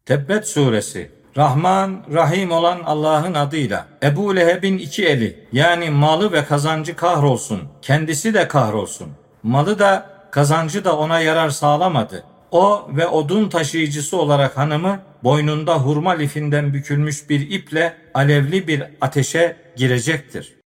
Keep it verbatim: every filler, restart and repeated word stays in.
Tebbet suresi. Rahman, Rahim olan Allah'ın adıyla. Ebu Leheb'in iki eli, yani malı ve kazancı kahrolsun, kendisi de kahrolsun. Malı da kazancı da ona yarar sağlamadı. O ve odun taşıyıcısı olarak hanımı boynunda hurma lifinden bükülmüş bir iple alevli bir ateşe girecektir.